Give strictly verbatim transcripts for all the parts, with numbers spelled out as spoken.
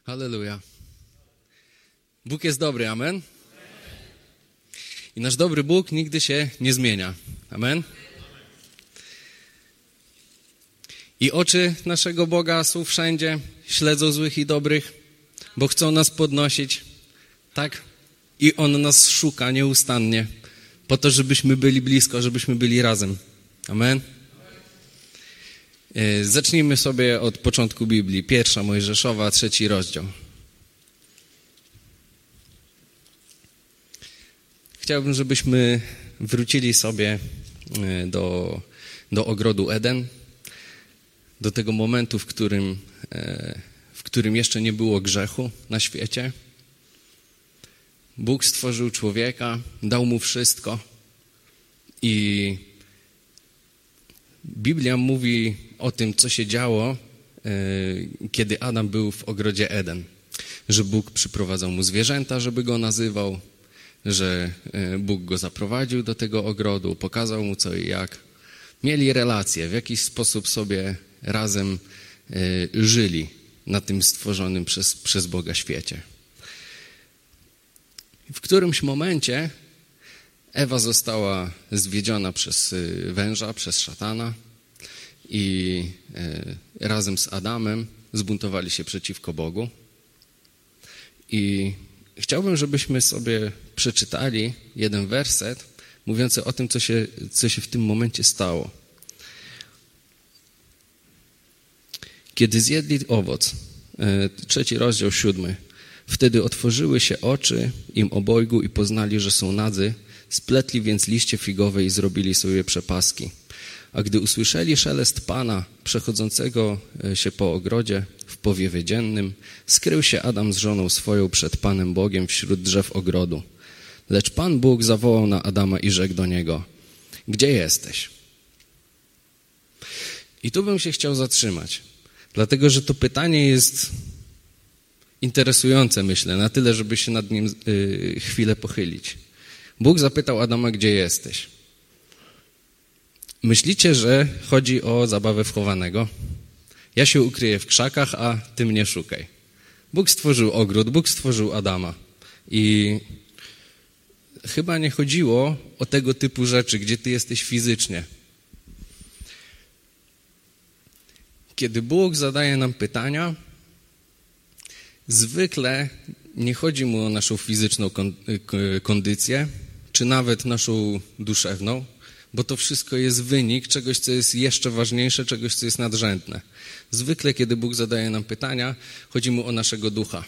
Halleluja. Bóg jest dobry, amen? I nasz dobry Bóg nigdy się nie zmienia. Amen? I oczy naszego Boga są wszędzie, śledzą złych i dobrych, bo chcą nas podnosić, tak? I On nas szuka nieustannie, po to, żebyśmy byli blisko, żebyśmy byli razem. Amen? Zacznijmy sobie od początku Biblii. Pierwsza Mojżeszowa, trzeci rozdział. Chciałbym, żebyśmy wrócili sobie do, do ogrodu Eden, do tego momentu, w którym, w którym jeszcze nie było grzechu na świecie. Bóg stworzył człowieka, dał mu wszystko i Biblia mówi o tym, co się działo, kiedy Adam był w ogrodzie Eden. Że Bóg przyprowadzał mu zwierzęta, żeby go nazywał, że Bóg go zaprowadził do tego ogrodu, pokazał mu co i jak. Mieli relacje, w jakiś sposób sobie razem żyli na tym stworzonym przez, przez Boga świecie. W którymś momencie Ewa została zwiedziona przez węża, przez szatana i razem z Adamem zbuntowali się przeciwko Bogu. I chciałbym, żebyśmy sobie przeczytali jeden werset mówiący o tym, co się, co się w tym momencie stało. Kiedy zjedli owoc, trzeci rozdział, siódmy. Wtedy otworzyły się oczy im obojgu i poznali, że są nadzy. Spletli więc liście figowe i zrobili sobie przepaski. A gdy usłyszeli szelest Pana przechodzącego się po ogrodzie w powiewie dziennym, skrył się Adam z żoną swoją przed Panem Bogiem wśród drzew ogrodu. Lecz Pan Bóg zawołał na Adama i rzekł do niego: gdzie jesteś? I tu bym się chciał zatrzymać, dlatego że to pytanie jest interesujące, myślę, na tyle, żeby się nad nim yy, chwilę pochylić. Bóg zapytał Adama, gdzie jesteś? Myślicie, że chodzi o zabawę wchowanego? Ja się ukryję w krzakach, a ty mnie szukaj. Bóg stworzył ogród, Bóg stworzył Adama. I chyba nie chodziło o tego typu rzeczy, gdzie ty jesteś fizycznie. Kiedy Bóg zadaje nam pytania, zwykle nie chodzi mu o naszą fizyczną kondycję, czy nawet naszą duszewną, bo to wszystko jest wynik czegoś, co jest jeszcze ważniejsze, czegoś, co jest nadrzędne. Zwykle, kiedy Bóg zadaje nam pytania, chodzi mu o naszego ducha.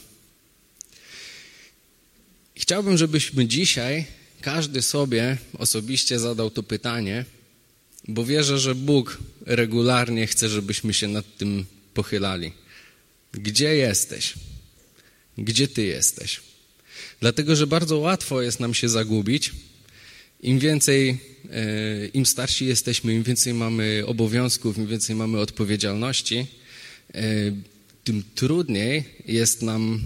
Chciałbym, żebyśmy dzisiaj, każdy sobie osobiście zadał to pytanie, bo wierzę, że Bóg regularnie chce, żebyśmy się nad tym pochylali. Gdzie jesteś? Gdzie ty jesteś? Dlatego, że bardzo łatwo jest nam się zagubić. Im więcej, im starsi jesteśmy, im więcej mamy obowiązków, im więcej mamy odpowiedzialności, tym trudniej jest nam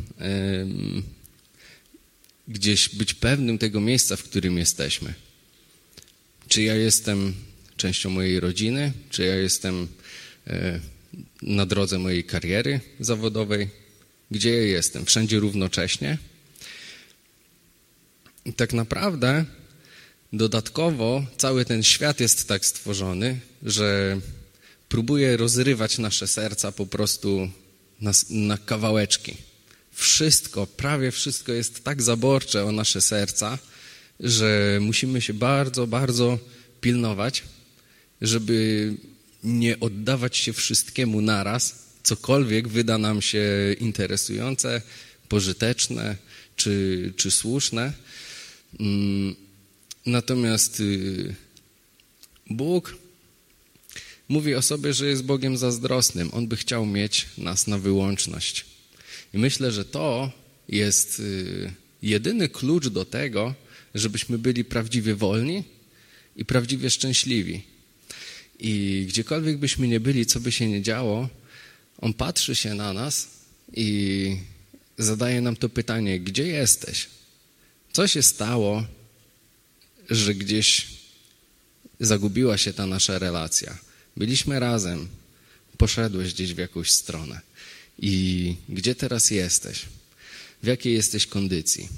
gdzieś być pewnym tego miejsca, w którym jesteśmy. Czy ja jestem częścią mojej rodziny? Czy ja jestem na drodze mojej kariery zawodowej? Gdzie ja jestem? Wszędzie równocześnie? I tak naprawdę dodatkowo cały ten świat jest tak stworzony, że próbuje rozrywać nasze serca po prostu na, na kawałeczki. Wszystko, prawie wszystko jest tak zaborcze o nasze serca, że musimy się bardzo, bardzo pilnować, żeby nie oddawać się wszystkiemu naraz, cokolwiek wyda nam się interesujące, pożyteczne czy, czy słuszne. Natomiast Bóg mówi o sobie, że jest Bogiem zazdrosnym. On by chciał mieć nas na wyłączność. I myślę, że to jest jedyny klucz do tego, żebyśmy byli prawdziwie wolni i prawdziwie szczęśliwi. I gdziekolwiek byśmy nie byli, co by się nie działo, On patrzy się na nas i zadaje nam to pytanie: gdzie jesteś? Co się stało, że gdzieś zagubiła się ta nasza relacja? Byliśmy razem, poszedłeś gdzieś w jakąś stronę. I gdzie teraz jesteś? W jakiej jesteś kondycji?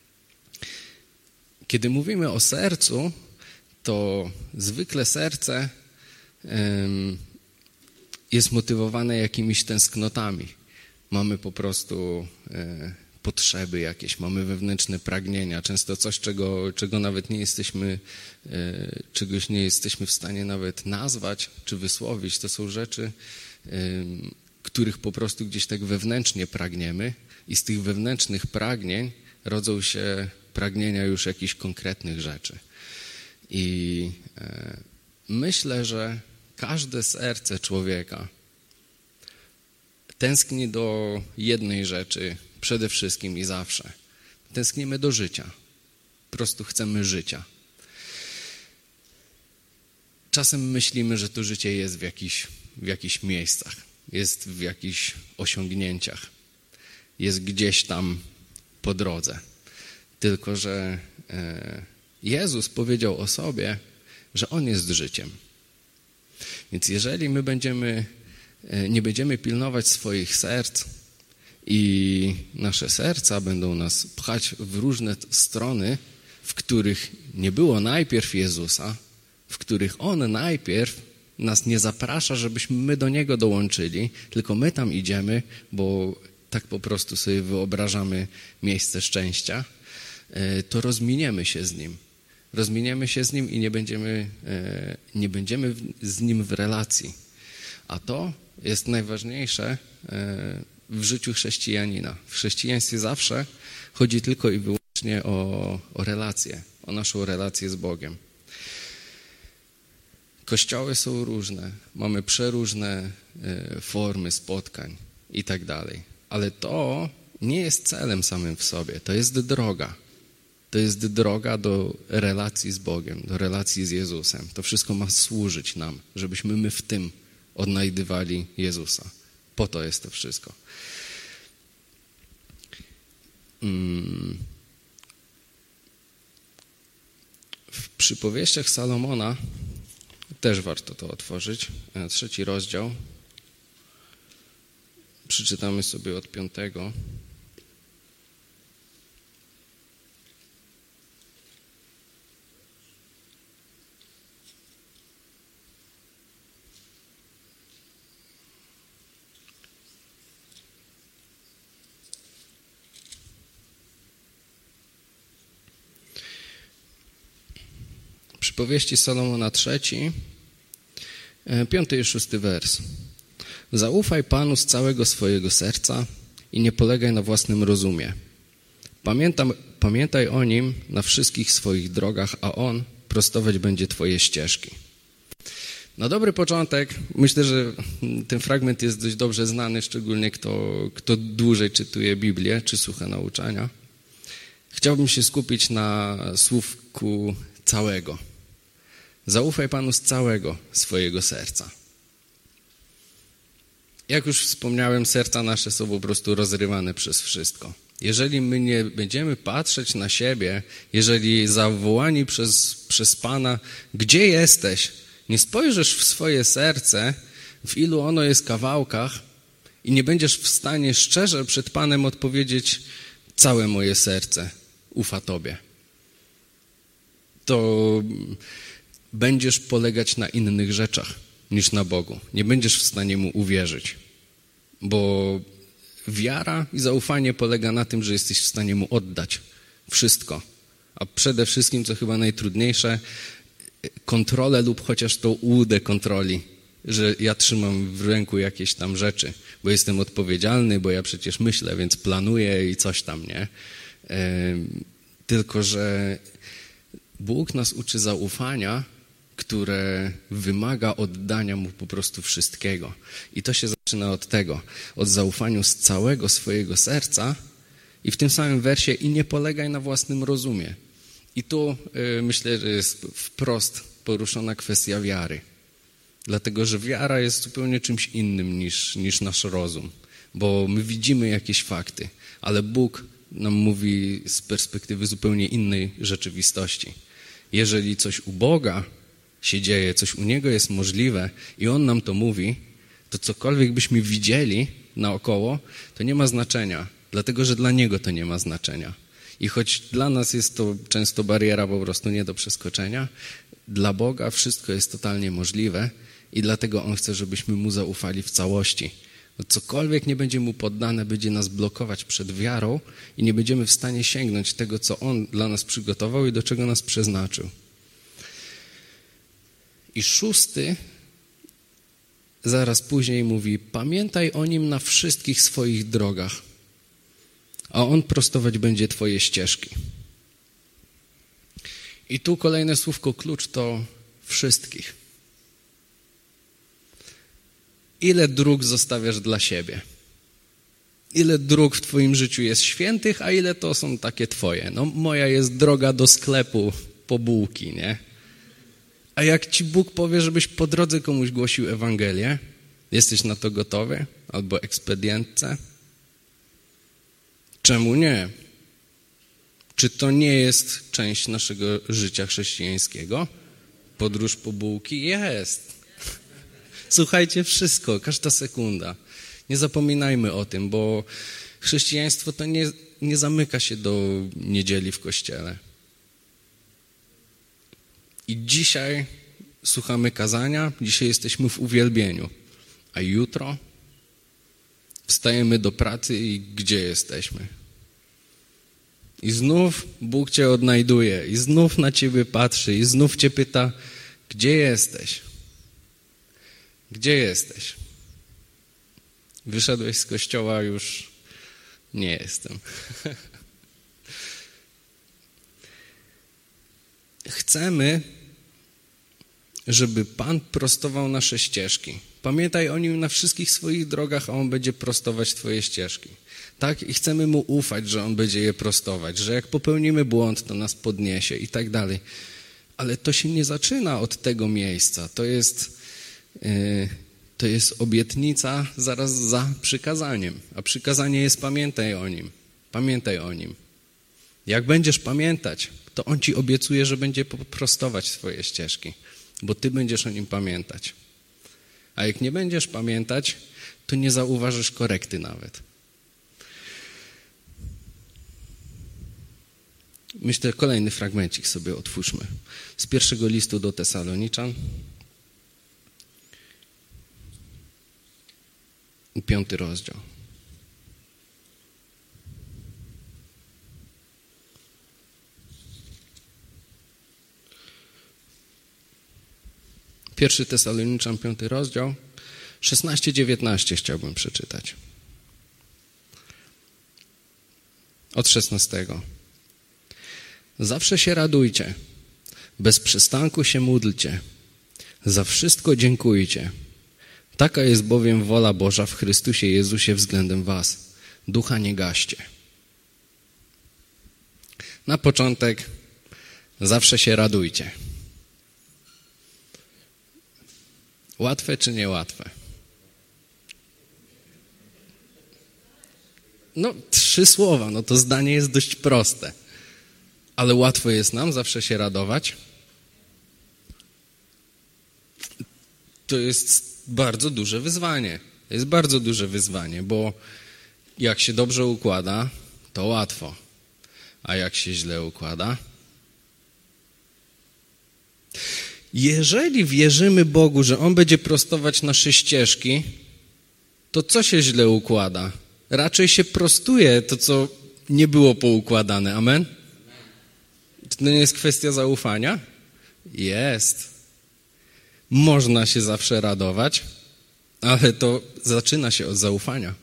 Kiedy mówimy o sercu, to zwykle serce um, jest motywowane jakimiś tęsknotami. Mamy po prostu e, potrzeby jakieś, mamy wewnętrzne pragnienia, często coś, czego, czego nawet nie jesteśmy, e, czegoś nie jesteśmy w stanie nawet nazwać czy wysłowić. To są rzeczy, e, których po prostu gdzieś tak wewnętrznie pragniemy i z tych wewnętrznych pragnień rodzą się pragnienia już jakichś konkretnych rzeczy. I e, myślę, że każde serce człowieka tęskni do jednej rzeczy przede wszystkim i zawsze. Tęsknimy do życia. Po prostu chcemy życia. Czasem myślimy, że to życie jest w jakichś, w jakichś miejscach, jest w jakichś osiągnięciach, jest gdzieś tam po drodze. Tylko że e, Jezus powiedział o sobie, że On jest życiem. Więc jeżeli my będziemy, nie będziemy pilnować swoich serc i nasze serca będą nas pchać w różne strony, w których nie było najpierw Jezusa, w których On najpierw nas nie zaprasza, żebyśmy my do Niego dołączyli, tylko my tam idziemy, bo tak po prostu sobie wyobrażamy miejsce szczęścia, to rozminiemy się z Nim. Rozminiemy się z Nim i nie będziemy, nie będziemy z Nim w relacji. A to jest najważniejsze w życiu chrześcijanina. W chrześcijaństwie zawsze chodzi tylko i wyłącznie o, o relację, o naszą relację z Bogiem. Kościoły są różne, mamy przeróżne formy spotkań i tak dalej. Ale to nie jest celem samym w sobie, to jest droga. To jest droga do relacji z Bogiem, do relacji z Jezusem. To wszystko ma służyć nam, żebyśmy my w tym odnajdywali Jezusa. Po to jest to wszystko. W przypowieściach Salomona też warto to otworzyć. Trzeci rozdział. Przeczytamy sobie od piątego. Przypowieści Salomona trzeci, piąty i szósty wers. Zaufaj Panu z całego swojego serca i nie polegaj na własnym rozumie. Pamiętam, pamiętaj o Nim na wszystkich swoich drogach, a On prostować będzie Twoje ścieżki. Na dobry początek, myślę, że ten fragment jest dość dobrze znany, szczególnie kto, kto dłużej czytuje Biblię, czy słucha nauczania. Chciałbym się skupić na słówku całego. Zaufaj Panu z całego swojego serca. Jak już wspomniałem, serca nasze są po prostu rozrywane przez wszystko. Jeżeli my nie będziemy patrzeć na siebie, jeżeli zawołani przez, przez Pana, gdzie jesteś, nie spojrzysz w swoje serce, w ilu ono jest kawałkach i nie będziesz w stanie szczerze przed Panem odpowiedzieć, całe moje serce ufa Tobie, to będziesz polegać na innych rzeczach niż na Bogu. Nie będziesz w stanie Mu uwierzyć, bo wiara i zaufanie polega na tym, że jesteś w stanie Mu oddać wszystko, a przede wszystkim, co chyba najtrudniejsze, kontrolę lub chociaż tą ułudę kontroli, że ja trzymam w ręku jakieś tam rzeczy, bo jestem odpowiedzialny, bo ja przecież myślę, więc planuję i coś tam, nie? Tylko że Bóg nas uczy zaufania, które wymaga oddania Mu po prostu wszystkiego. I to się zaczyna od tego, od zaufania z całego swojego serca i w tym samym wersie i nie polegaj na własnym rozumie. I tu y, myślę, że jest wprost poruszona kwestia wiary. Dlatego, że wiara jest zupełnie czymś innym niż, niż nasz rozum. Bo my widzimy jakieś fakty, ale Bóg nam mówi z perspektywy zupełnie innej rzeczywistości. Jeżeli coś u Boga się dzieje, coś u Niego jest możliwe i On nam to mówi, to cokolwiek byśmy widzieli, naokoło, to nie ma znaczenia, dlatego że dla Niego to nie ma znaczenia. I choć dla nas jest to często bariera po prostu nie do przeskoczenia, dla Boga wszystko jest totalnie możliwe i dlatego On chce, żebyśmy Mu zaufali w całości. No cokolwiek nie będzie Mu poddane, będzie nas blokować przed wiarą i nie będziemy w stanie sięgnąć tego, co On dla nas przygotował i do czego nas przeznaczył. I szósty zaraz później mówi, pamiętaj o Nim na wszystkich swoich drogach, a On prostować będzie Twoje ścieżki. I tu kolejne słówko klucz to wszystkich. Ile dróg zostawiasz dla siebie? Ile dróg w Twoim życiu jest świętych, a ile to są takie Twoje? No moja jest droga do sklepu po bułki, nie? A jak Ci Bóg powie, żebyś po drodze komuś głosił Ewangelię, jesteś na to gotowy? Albo ekspedientce? Czemu nie? Czy to nie jest część naszego życia chrześcijańskiego? Podróż po bułki? Jest. Słuchajcie, wszystko, każda sekunda. Nie zapominajmy o tym, bo chrześcijaństwo to nie, nie zamyka się do niedzieli w kościele. I dzisiaj słuchamy kazania, dzisiaj jesteśmy w uwielbieniu, a jutro wstajemy do pracy i gdzie jesteśmy? I znów Bóg Cię odnajduje i znów na Ciebie patrzy i znów Cię pyta, gdzie jesteś? Gdzie jesteś? Wyszedłeś z kościoła, już nie jestem. Chcemy, żeby Pan prostował nasze ścieżki. Pamiętaj o Nim na wszystkich swoich drogach, a On będzie prostować Twoje ścieżki. Tak? I chcemy Mu ufać, że On będzie je prostować, że jak popełnimy błąd, to nas podniesie i tak dalej. Ale to się nie zaczyna od tego miejsca. To jest, yy, to jest obietnica zaraz za przykazaniem. A przykazanie jest pamiętaj o Nim. Pamiętaj o Nim. Jak będziesz pamiętać, to On Ci obiecuje, że będzie prostować Twoje ścieżki, bo Ty będziesz o Nim pamiętać. A jak nie będziesz pamiętać, to nie zauważysz korekty nawet. Myślę, kolejny fragmencik sobie otwórzmy. Z pierwszego listu do Tesaloniczan. Piąty rozdział. Pierwszy Tesaloniczan, piąty rozdział, szesnaście dziewiętnaście chciałbym przeczytać. Od szesnastego. Zawsze się radujcie, bez przystanku się módlcie, za wszystko dziękujcie. Taka jest bowiem wola Boża w Chrystusie Jezusie względem was. Ducha nie gaście. Na początek, zawsze się radujcie. Łatwe czy niełatwe? No, trzy słowa, no to zdanie jest dość proste. Ale łatwo jest nam zawsze się radować. To jest bardzo duże wyzwanie. To jest bardzo duże wyzwanie, bo jak się dobrze układa, to łatwo. A jak się źle układa? Jeżeli wierzymy Bogu, że On będzie prostować nasze ścieżki, to co się źle układa? Raczej się prostuje to, co nie było poukładane. Amen? Czy to nie jest kwestia zaufania? Jest. Można się zawsze radować, ale to zaczyna się od zaufania.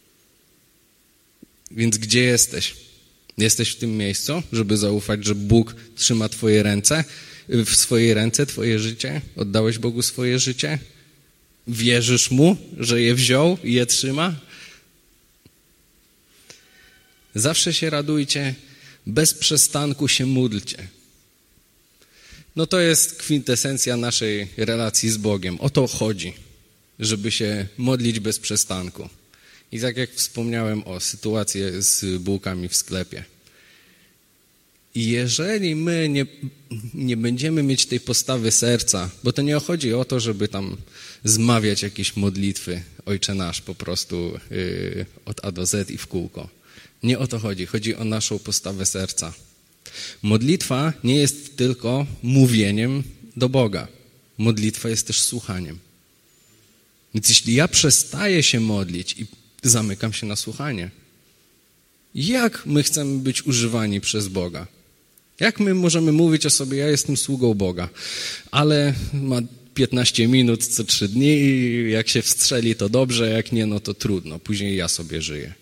Więc gdzie jesteś? Jesteś w tym miejscu, żeby zaufać, że Bóg trzyma twoje ręce, w swojej ręce twoje życie? Oddałeś Bogu swoje życie? Wierzysz Mu, że je wziął i je trzyma? Zawsze się radujcie, bez przestanku się módlcie. No to jest kwintesencja naszej relacji z Bogiem. O to chodzi, żeby się modlić bez przestanku. I tak jak wspomniałem o sytuacji z bułkami w sklepie. I jeżeli my nie, nie będziemy mieć tej postawy serca, bo to nie chodzi o to, żeby tam zmawiać jakieś modlitwy, Ojcze Nasz po prostu yy, od A do Z i w kółko. Nie o to chodzi. Chodzi o naszą postawę serca. Modlitwa nie jest tylko mówieniem do Boga. Modlitwa jest też słuchaniem. Więc jeśli ja przestaję się modlić i zamykam się na słuchanie, jak my chcemy być używani przez Boga? Jak my możemy mówić o sobie, ja jestem sługą Boga, ale ma piętnaście minut co trzy dni i jak się wstrzeli to dobrze, jak nie, no to trudno, później ja sobie żyję.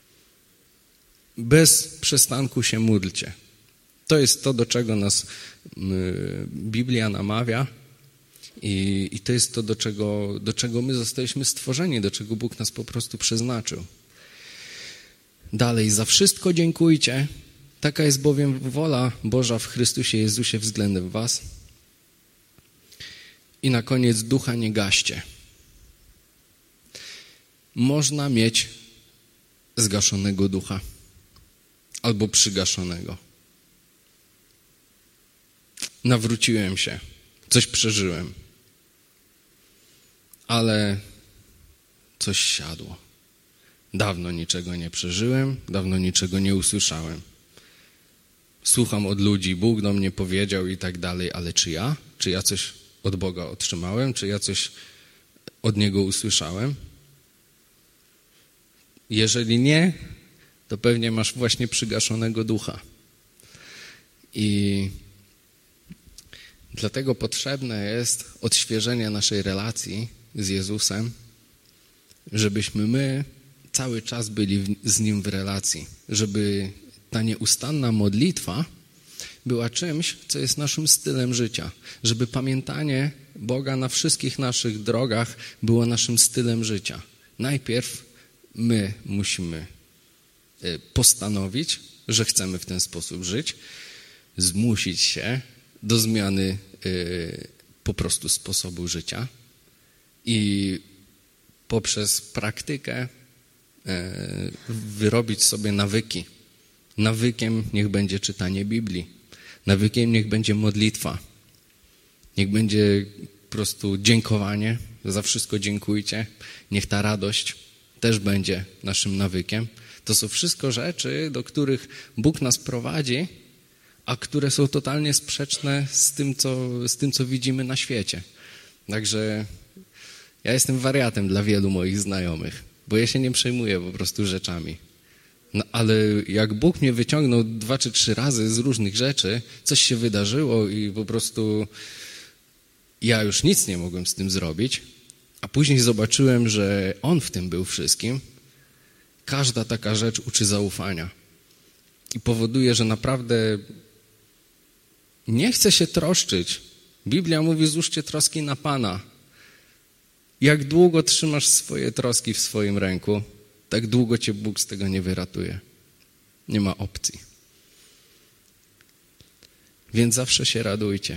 Bez przestanku się módlcie. To jest to, do czego nas Biblia namawia i, i to jest to, do czego, do czego my zostaliśmy stworzeni, do czego Bóg nas po prostu przeznaczył. Dalej, za wszystko dziękujcie, taka jest bowiem wola Boża w Chrystusie Jezusie względem was. I na koniec, ducha nie gaście. Można mieć zgaszonego ducha albo przygaszonego. Nawróciłem się, coś przeżyłem, ale coś siadło. Dawno niczego nie przeżyłem, dawno niczego nie usłyszałem. Słucham od ludzi, Bóg do mnie powiedział i tak dalej, ale czy ja? Czy ja coś od Boga otrzymałem? Czy ja coś od Niego usłyszałem? Jeżeli nie, to pewnie masz właśnie przygaszonego ducha. I dlatego potrzebne jest odświeżenie naszej relacji z Jezusem, żebyśmy my cały czas byli z Nim w relacji, żeby ta nieustanna modlitwa była czymś, co jest naszym stylem życia, żeby pamiętanie Boga na wszystkich naszych drogach było naszym stylem życia. Najpierw my musimy postanowić, że chcemy w ten sposób żyć, zmusić się do zmiany po prostu sposobu życia i poprzez praktykę wyrobić sobie nawyki. Nawykiem niech będzie czytanie Biblii. Nawykiem niech będzie modlitwa. Niech będzie po prostu dziękowanie. Za wszystko dziękujcie. Niech ta radość też będzie naszym nawykiem. To są wszystko rzeczy, do których Bóg nas prowadzi, a które są totalnie sprzeczne z tym, co, z tym, co widzimy na świecie. Także ja jestem wariatem dla wielu moich znajomych, bo ja się nie przejmuję po prostu rzeczami. No, ale jak Bóg mnie wyciągnął dwa czy trzy razy z różnych rzeczy, coś się wydarzyło i po prostu ja już nic nie mogłem z tym zrobić, a później zobaczyłem, że On w tym był wszystkim. Każda taka rzecz uczy zaufania i powoduje, że naprawdę nie chcę się troszczyć. Biblia mówi, złóżcie troski na Pana. Jak długo trzymasz swoje troski w swoim ręku, tak długo cię Bóg z tego nie wyratuje. Nie ma opcji. Więc zawsze się radujcie.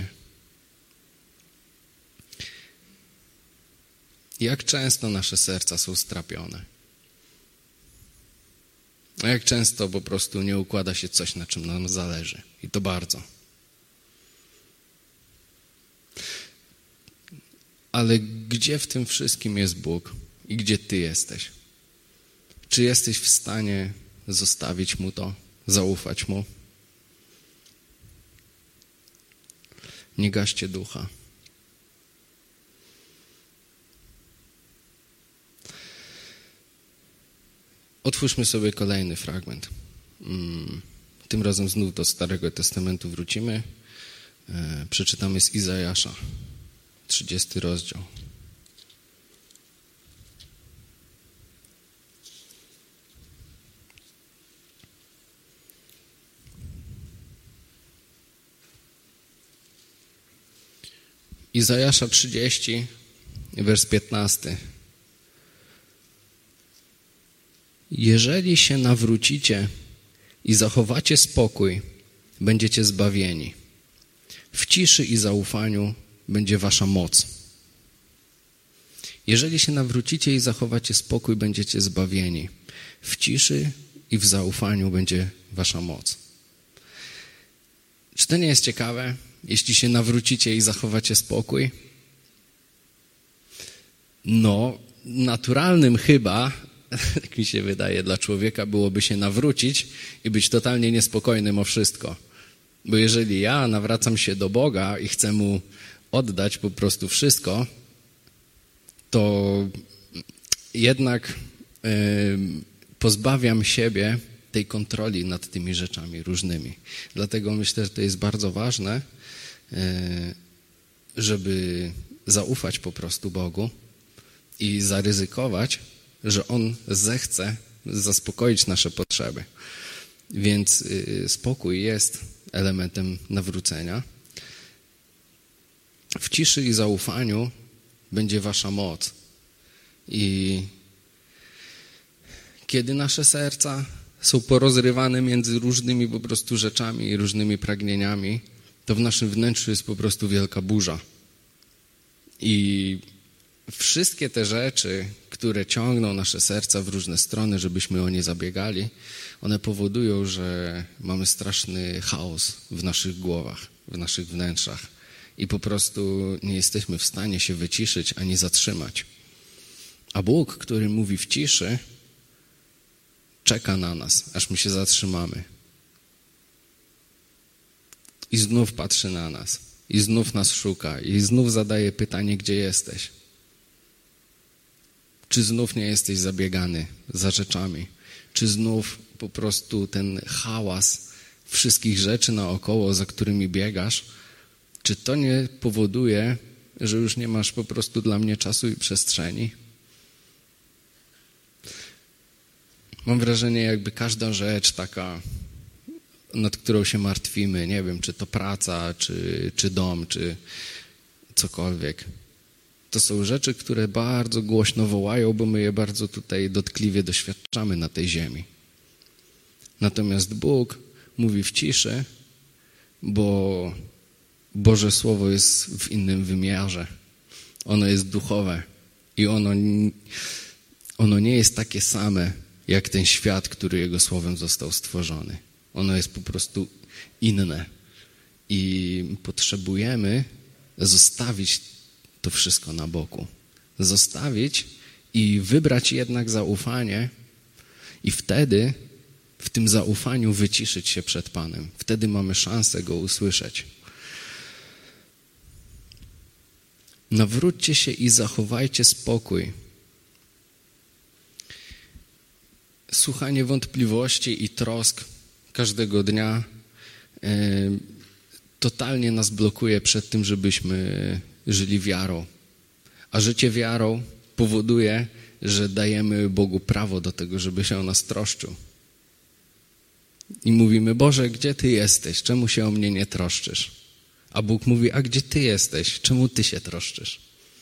Jak często nasze serca są strapione? A jak często po prostu nie układa się coś, na czym nam zależy. I to bardzo. Ale gdzie w tym wszystkim jest Bóg? I gdzie ty jesteś? Czy jesteś w stanie zostawić Mu to, zaufać Mu? Nie gaście ducha. Otwórzmy sobie kolejny fragment. Tym razem znów do Starego Testamentu wrócimy. Przeczytamy z Izajasza, trzydziesty rozdział. Izajasza trzydzieści, wers piętnasty. Jeżeli się nawrócicie i zachowacie spokój, będziecie zbawieni. W ciszy i zaufaniu będzie wasza moc. Jeżeli się nawrócicie i zachowacie spokój, będziecie zbawieni. W ciszy i w zaufaniu będzie wasza moc. Czy to nie jest ciekawe, jeśli się nawrócicie i zachowacie spokój? No, naturalnym chyba, tak mi się wydaje, dla człowieka byłoby się nawrócić i być totalnie niespokojnym o wszystko. Bo jeżeli ja nawracam się do Boga i chcę Mu oddać po prostu wszystko, to jednak yy, pozbawiam siebie tej kontroli nad tymi rzeczami różnymi. Dlatego myślę, że to jest bardzo ważne, yy, żeby zaufać po prostu Bogu i zaryzykować, że On zechce zaspokoić nasze potrzeby. Więc yy, spokój jest elementem nawrócenia. W ciszy i zaufaniu będzie wasza moc. I kiedy nasze serca są porozrywane między różnymi po prostu rzeczami i różnymi pragnieniami, to w naszym wnętrzu jest po prostu wielka burza. I wszystkie te rzeczy, które ciągną nasze serca w różne strony, żebyśmy o nie zabiegali, one powodują, że mamy straszny chaos w naszych głowach, w naszych wnętrzach i po prostu nie jesteśmy w stanie się wyciszyć ani zatrzymać. A Bóg, który mówi w ciszy, czeka na nas, aż my się zatrzymamy. I znów patrzy na nas, i znów nas szuka, i znów zadaje pytanie, gdzie jesteś. Czy znów nie jesteś zabiegany za rzeczami? Czy znów po prostu ten hałas wszystkich rzeczy naokoło, za którymi biegasz, czy to nie powoduje, że już nie masz po prostu dla mnie czasu i przestrzeni? Mam wrażenie, jakby każda rzecz taka, nad którą się martwimy, nie wiem, czy to praca, czy, czy dom, czy cokolwiek, to są rzeczy, które bardzo głośno wołają, bo my je bardzo tutaj dotkliwie doświadczamy na tej ziemi. Natomiast Bóg mówi w ciszy, bo Boże Słowo jest w innym wymiarze. Ono jest duchowe i ono, ono nie jest takie same, jak ten świat, który Jego Słowem został stworzony. Ono jest po prostu inne i potrzebujemy zostawić to wszystko na boku. Zostawić i wybrać jednak zaufanie i wtedy w tym zaufaniu wyciszyć się przed Panem. Wtedy mamy szansę Go usłyszeć. Nawróćcie się i zachowajcie spokój. Słuchanie wątpliwości i trosk każdego dnia yy, totalnie nas blokuje przed tym, żebyśmy żyli wiarą. A życie wiarą powoduje, że dajemy Bogu prawo do tego, żeby się o nas troszczył. I mówimy, Boże, gdzie Ty jesteś? Czemu się o mnie nie troszczysz? A Bóg mówi, a gdzie Ty jesteś? Czemu Ty się troszczysz?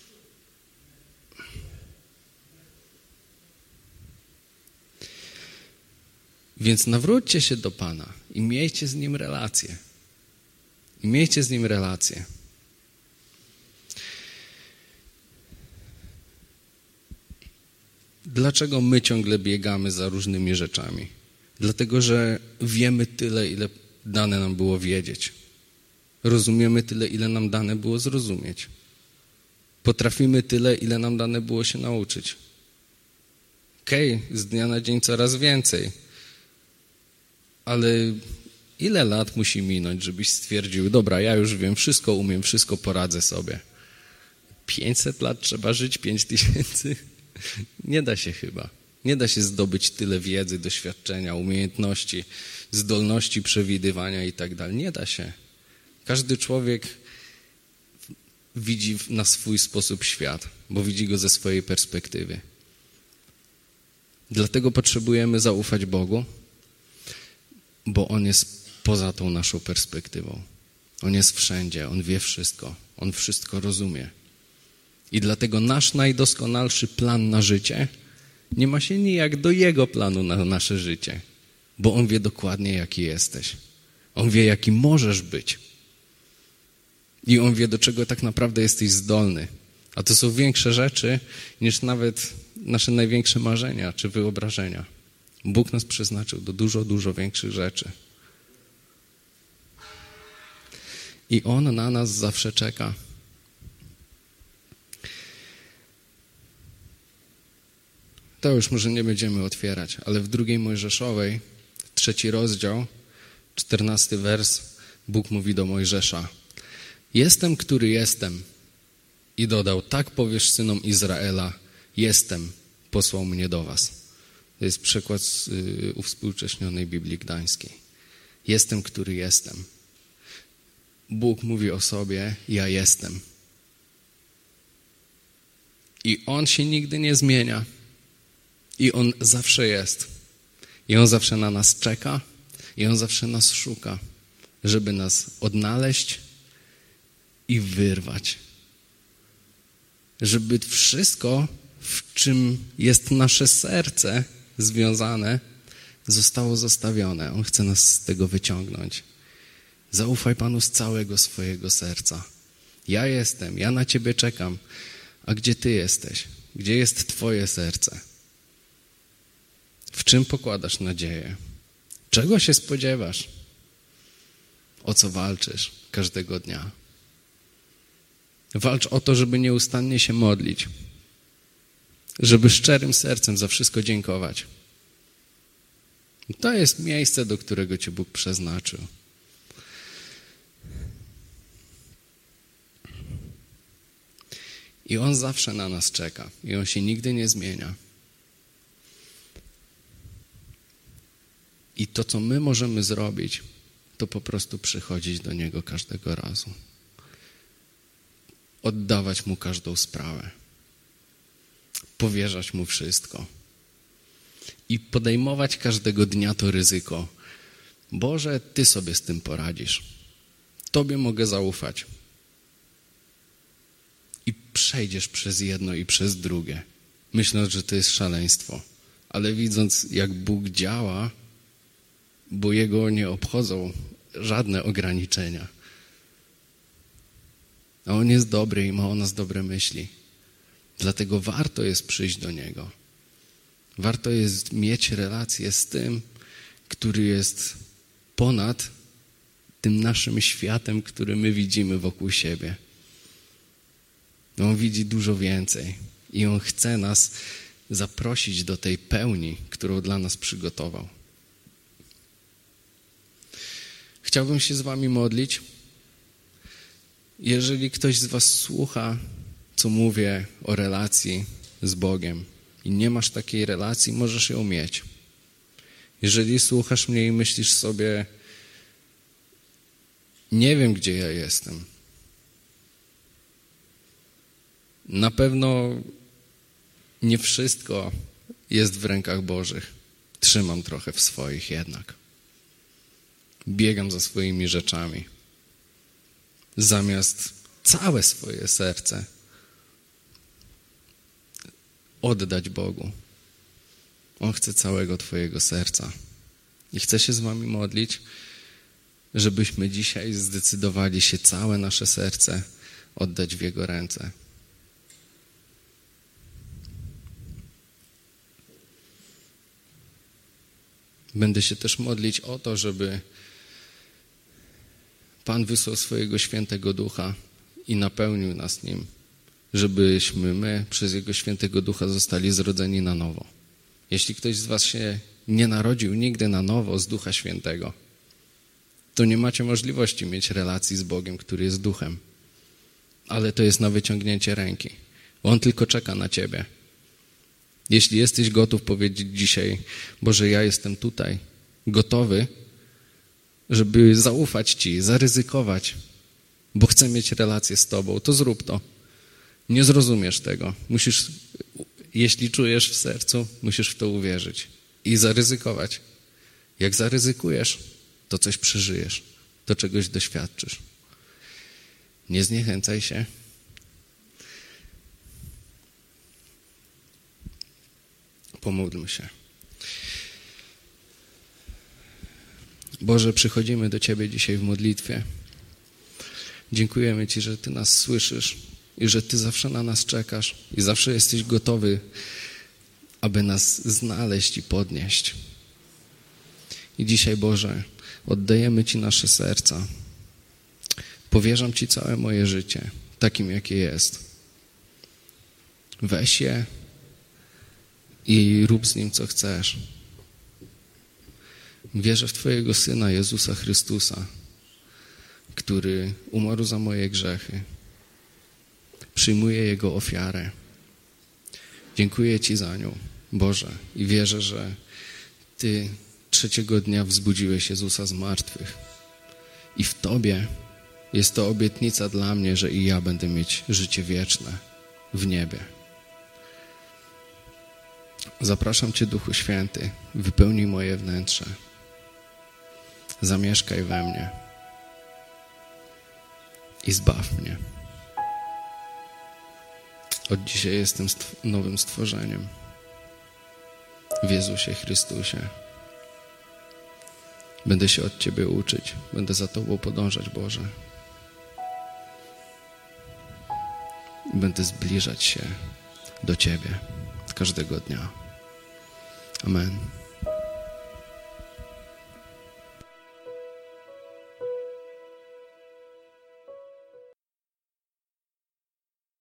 Więc nawróćcie się do Pana i miejcie z Nim relację. I miejcie z Nim relację. Dlaczego my ciągle biegamy za różnymi rzeczami? Dlatego, że wiemy tyle, ile dane nam było wiedzieć. Rozumiemy tyle, ile nam dane było zrozumieć. Potrafimy tyle, ile nam dane było się nauczyć. Okej, okay, z dnia na dzień coraz więcej. Ale ile lat musi minąć, żebyś stwierdził, dobra, ja już wiem wszystko, umiem wszystko, poradzę sobie. pięćset lat trzeba żyć, pięć tysięcy? Nie da się chyba. Nie da się zdobyć tyle wiedzy, doświadczenia, umiejętności, zdolności przewidywania i tak dalej. Nie da się. Każdy człowiek widzi na swój sposób świat, bo widzi go ze swojej perspektywy. Dlatego potrzebujemy zaufać Bogu, bo On jest poza tą naszą perspektywą. On jest wszędzie, On wie wszystko, On wszystko rozumie. I dlatego nasz najdoskonalszy plan na życie nie ma się nijak do Jego planu na nasze życie, bo On wie dokładnie, jaki jesteś. On wie, jaki możesz być. I On wie, do czego tak naprawdę jesteś zdolny. A to są większe rzeczy niż nawet nasze największe marzenia czy wyobrażenia. Bóg nas przeznaczył do dużo, dużo większych rzeczy. I On na nas zawsze czeka. To już może nie będziemy otwierać, ale w drugiej Mojżeszowej, trzeci rozdział, czternasty wers, Bóg mówi do Mojżesza: jestem, który jestem. I dodał: tak powiesz synom Izraela, jestem, posłał mnie do was. To jest przekład z y, uwspółcześnionej Biblii Gdańskiej. Jestem, który jestem. Bóg mówi o sobie: ja jestem. I On się nigdy nie zmienia. I On zawsze jest. I On zawsze na nas czeka. I On zawsze nas szuka, żeby nas odnaleźć i wyrwać. Żeby wszystko, w czym jest nasze serce związane, zostało zostawione. On chce nas z tego wyciągnąć. Zaufaj Panu z całego swojego serca. Ja jestem, ja na Ciebie czekam. A gdzie Ty jesteś? Gdzie jest Twoje serce? W czym pokładasz nadzieję? Czego się spodziewasz? O co walczysz każdego dnia? Walcz o to, żeby nieustannie się modlić. Żeby szczerym sercem za wszystko dziękować. To jest miejsce, do którego Cię Bóg przeznaczył. I On zawsze na nas czeka. I On się nigdy nie zmienia. I to, co my możemy zrobić, to po prostu przychodzić do Niego każdego razu. Oddawać Mu każdą sprawę. Powierzać Mu wszystko. I podejmować każdego dnia to ryzyko. Boże, Ty sobie z tym poradzisz. Tobie mogę zaufać. I przejdziesz przez jedno i przez drugie, myśląc, że to jest szaleństwo. Ale widząc, jak Bóg działa, bo Jego nie obchodzą żadne ograniczenia. A On jest dobry i ma o nas dobre myśli. Dlatego warto jest przyjść do Niego. Warto jest mieć relację z tym, który jest ponad tym naszym światem, który my widzimy wokół siebie. On widzi dużo więcej i On chce nas zaprosić do tej pełni, którą dla nas przygotował. Chciałbym się z wami modlić. Jeżeli ktoś z was słucha, co mówię o relacji z Bogiem i nie masz takiej relacji, możesz ją mieć. Jeżeli słuchasz mnie i myślisz sobie: nie wiem, gdzie ja jestem. Na pewno nie wszystko jest w rękach Bożych. Trzymam trochę w swoich jednak. Biegam za swoimi rzeczami. Zamiast całe swoje serce oddać Bogu. On chce całego twojego serca. I chcę się z wami modlić, żebyśmy dzisiaj zdecydowali się całe nasze serce oddać w Jego ręce. Będę się też modlić o to, żeby Pan wysłał swojego Świętego Ducha i napełnił nas Nim, żebyśmy my przez Jego Świętego Ducha zostali zrodzeni na nowo. Jeśli ktoś z was się nie narodził nigdy na nowo z Ducha Świętego, to nie macie możliwości mieć relacji z Bogiem, który jest Duchem. Ale to jest na wyciągnięcie ręki. On tylko czeka na ciebie. Jeśli jesteś gotów powiedzieć dzisiaj: Boże, ja jestem tutaj, gotowy, żeby zaufać Ci, zaryzykować, bo chcę mieć relację z Tobą, to zrób to. Nie zrozumiesz tego. Musisz, jeśli czujesz w sercu, musisz w to uwierzyć i zaryzykować. Jak zaryzykujesz, to coś przeżyjesz, to czegoś doświadczysz. Nie zniechęcaj się. Pomódlmy się. Boże, przychodzimy do Ciebie dzisiaj w modlitwie. Dziękujemy Ci, że Ty nas słyszysz i że Ty zawsze na nas czekasz i zawsze jesteś gotowy, aby nas znaleźć i podnieść. I dzisiaj, Boże, oddajemy Ci nasze serca. Powierzam Ci całe moje życie, takim jakie jest. Weź je i rób z nim, co chcesz. Wierzę w Twojego Syna, Jezusa Chrystusa, który umarł za moje grzechy. Przyjmuję Jego ofiarę. Dziękuję Ci za nią, Boże, i wierzę, że Ty trzeciego dnia wzbudziłeś Jezusa z martwych. I w Tobie jest to obietnica dla mnie, że i ja będę mieć życie wieczne w niebie. Zapraszam Cię, Duchu Święty, wypełnij moje wnętrze. Zamieszkaj we mnie i zbaw mnie. Od dzisiaj jestem stw- nowym stworzeniem w Jezusie Chrystusie. Będę się od Ciebie uczyć, będę za Tobą podążać, Boże. Będę zbliżać się do Ciebie każdego dnia. Amen.